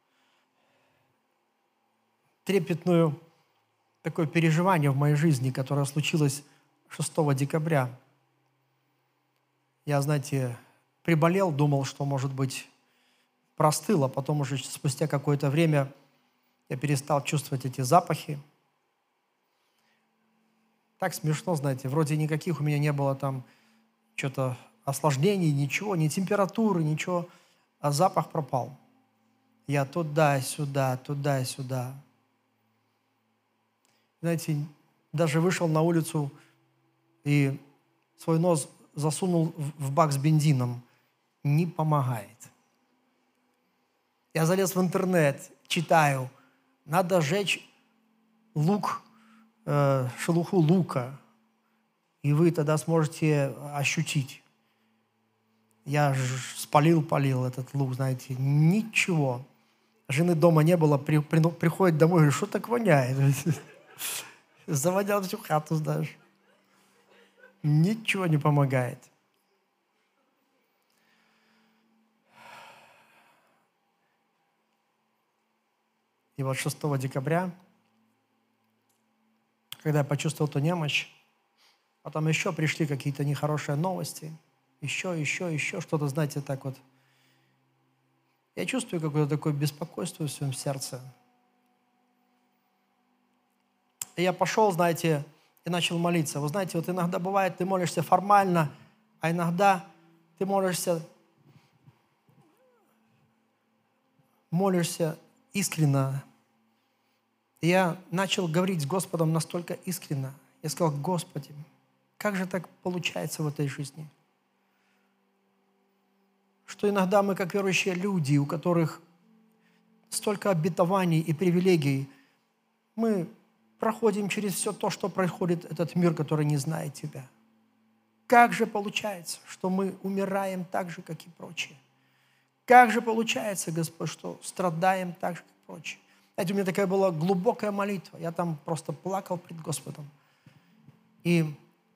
трепетное такое переживание в моей жизни, которое случилось 6 декабря. Я, знаете, приболел, думал, что, может быть, простыл, а потом уже спустя какое-то время я перестал чувствовать эти запахи. Так смешно, знаете, вроде никаких у меня не было там что-то осложнений, ничего, ни температуры, ничего, а запах пропал. Я туда-сюда, туда-сюда. Знаете, даже вышел на улицу и свой нос засунул в бак с бензином. Не помогает. Я залез в интернет, читаю, надо сжечь лук, шелуху лука, и вы тогда сможете ощутить. Я спалил этот лук, знаете, ничего. Жены дома не было, приходит домой, говорит, что так воняет? Заводил всю хату, знаешь. Ничего не помогает. И вот 6 декабря, когда я почувствовал эту немощь, потом еще пришли какие-то нехорошие новости, еще что-то, знаете, так вот. Я чувствую какое-то такое беспокойство в своем сердце. И я пошел, знаете, и начал молиться. Вы знаете, вот иногда бывает, ты молишься формально, а иногда ты молишься искренне. И я начал говорить с Господом настолько искренне. Я сказал, Господи, как же так получается в этой жизни? Что иногда мы, как верующие люди, у которых столько обетований и привилегий, мы проходим через все то, что происходит этот мир, который не знает Тебя. Как же получается, что мы умираем так же, как и прочие? Как же получается, Господь, что страдаем так же, как прочие? Знаете, у меня такая была глубокая молитва. Я там просто плакал пред Господом. И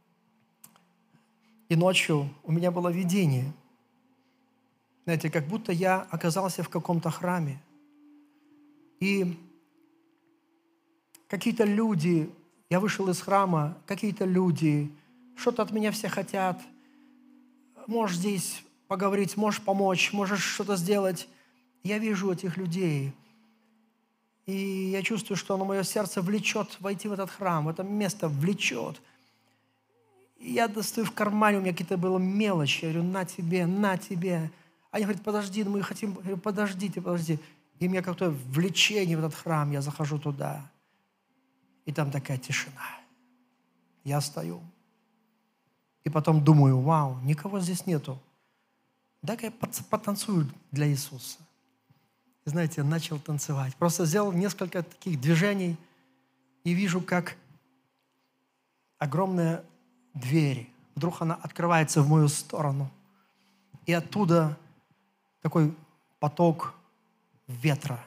ночью у меня было видение. Знаете, как будто я оказался в каком-то храме. И какие-то люди, я вышел из храма, какие-то люди, что-то от меня все хотят. Можешь здесь поговорить, можешь помочь, можешь что-то сделать. Я вижу этих людей. И я чувствую, что оно мое сердце влечет войти в этот храм, в это место влечет. И я достаю в кармане, у меня какие-то были мелочи. Я говорю, на тебе, на тебе. Они говорят, подожди, мы хотим. Я говорю, подождите. И у меня какое-то влечение в этот храм. Я захожу туда. И там такая тишина. Я стою. И потом думаю, вау, никого здесь нету. Дай-ка я потанцую для Иисуса. И знаете, я начал танцевать. Просто сделал несколько таких движений и вижу, как огромная дверь. Вдруг она открывается в мою сторону. И оттуда такой поток ветра.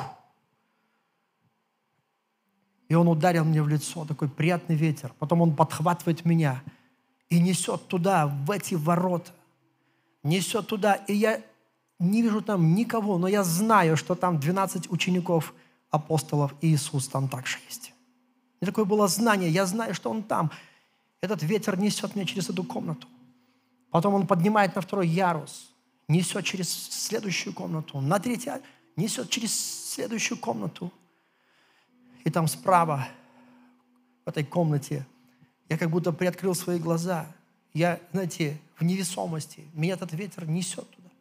И он ударил мне в лицо, такой приятный ветер. Потом он подхватывает меня и несет туда, в эти ворота. Несет туда. И я не вижу там никого, но я знаю, что там 12 учеников апостолов, и Иисус там также есть. И такое было знание. Я знаю, что Он там. Этот ветер несет меня через эту комнату. Потом он поднимает на 2-й ярус, несет через следующую комнату, на 3-й несет через следующую комнату. И там справа, в этой комнате, я как будто приоткрыл свои глаза. Я, знаете, в невесомости. Меня этот ветер несет туда.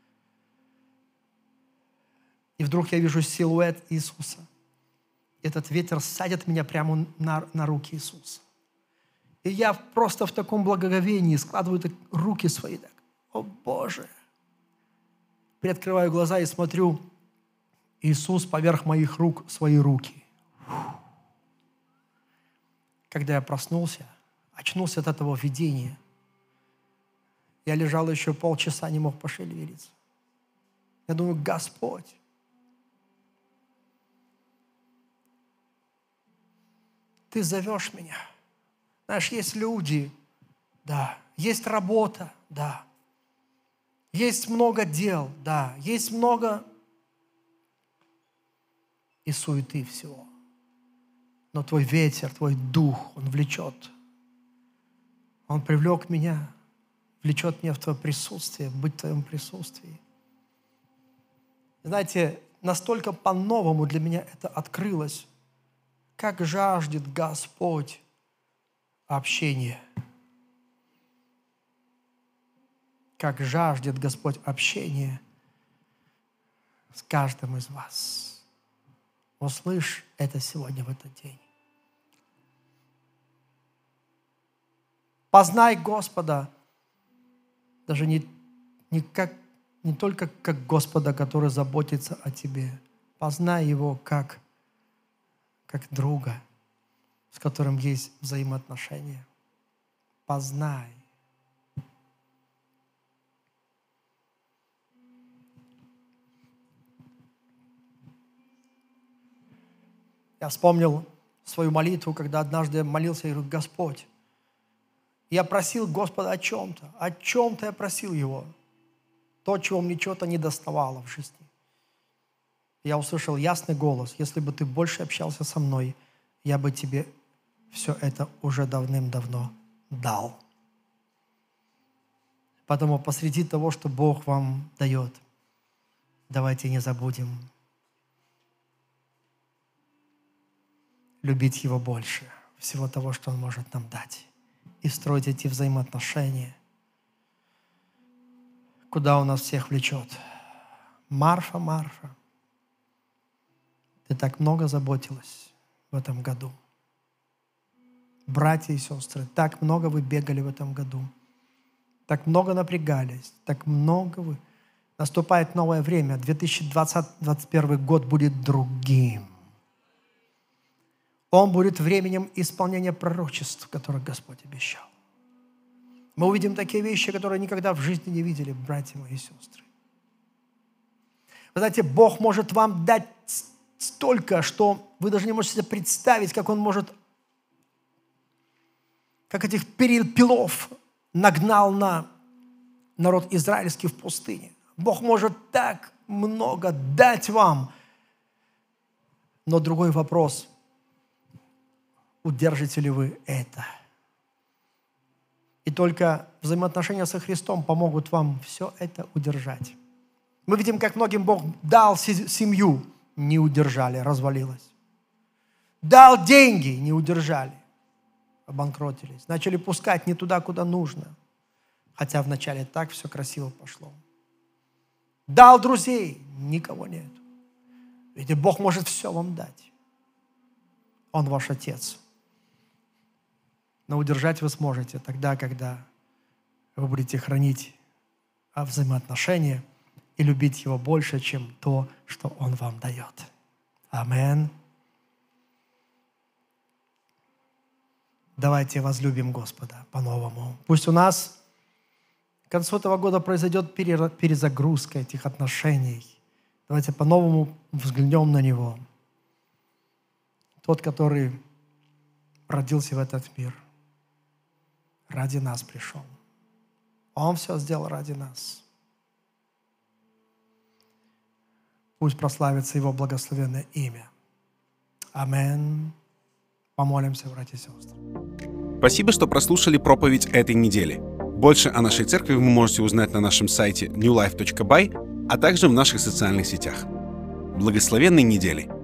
И вдруг я вижу силуэт Иисуса. Этот ветер садит меня прямо на руки Иисуса. И я просто в таком благоговении складываю руки свои так. О, Боже! Приоткрываю глаза и смотрю, Иисус поверх моих рук свои руки. Когда я проснулся, очнулся от этого видения, я лежал еще полчаса, не мог пошевелиться. Я думаю, Господь, Ты зовешь меня. Знаешь, есть люди, да, есть работа, да, есть много дел, да, есть много и суеты всего. Но Твой ветер, Твой дух, он влечет. Он привлек меня, влечет меня в Твое присутствие, быть в Твоем присутствии. Знаете, настолько по-новому для меня это открылось, как жаждет Господь общения. Как жаждет Господь общения с каждым из вас. Услышь это сегодня, в этот день. Познай Господа, даже не только как Господа, который заботится о тебе. Познай Его как друга, с которым есть взаимоотношения. Познай. Я вспомнил свою молитву, когда однажды я молился, я говорю: Господь, я просил Господа о чем-то я просил Его. То, чего мне чего-то не доставало в жизни. Я услышал ясный голос: если бы ты больше общался со мной, я бы тебе все это уже давным-давно дал. Поэтому посреди того, что Бог вам дает, давайте не забудем любить Его больше всего того, что Он может нам дать, и строить эти взаимоотношения. Куда Он нас всех влечет? Марфа, Марфа, ты так много заботилась в этом году. Братья и сестры, так много вы бегали в этом году. Так много напрягались, так много вы. Наступает новое время. 2021 год будет другим. Он будет временем исполнения пророчеств, которые Господь обещал. Мы увидим такие вещи, которые никогда в жизни не видели, братья мои и сестры. Вы знаете, Бог может вам дать столько, что вы даже не можете себе представить, как Он может, как этих перепелов нагнал на народ израильский в пустыне. Бог может так много дать вам. Но другой вопрос: удержите ли вы это? И только взаимоотношения со Христом помогут вам все это удержать. Мы видим, как многим Бог дал семью, не удержали, развалилась. Дал деньги, не удержали, обанкротились. Начали пускать не туда, куда нужно. Хотя вначале так все красиво пошло. Дал друзей, никого нет. Ведь Бог может все вам дать. Он ваш Отец. Но удержать вы сможете тогда, когда вы будете хранить взаимоотношения и любить Его больше, чем то, что Он вам дает. Амин. Давайте возлюбим Господа по-новому. Пусть у нас к концу этого года произойдет перезагрузка этих отношений. Давайте по-новому взглянем на Него. Тот, который родился в этот мир, ради нас пришел. Он все сделал ради нас. Пусть прославится Его благословенное имя. Аминь. Помолимся, братья и сестры. Спасибо, что прослушали проповедь этой недели. Больше о нашей церкви вы можете узнать на нашем сайте newlife.by, а также в наших социальных сетях. Благословенной недели!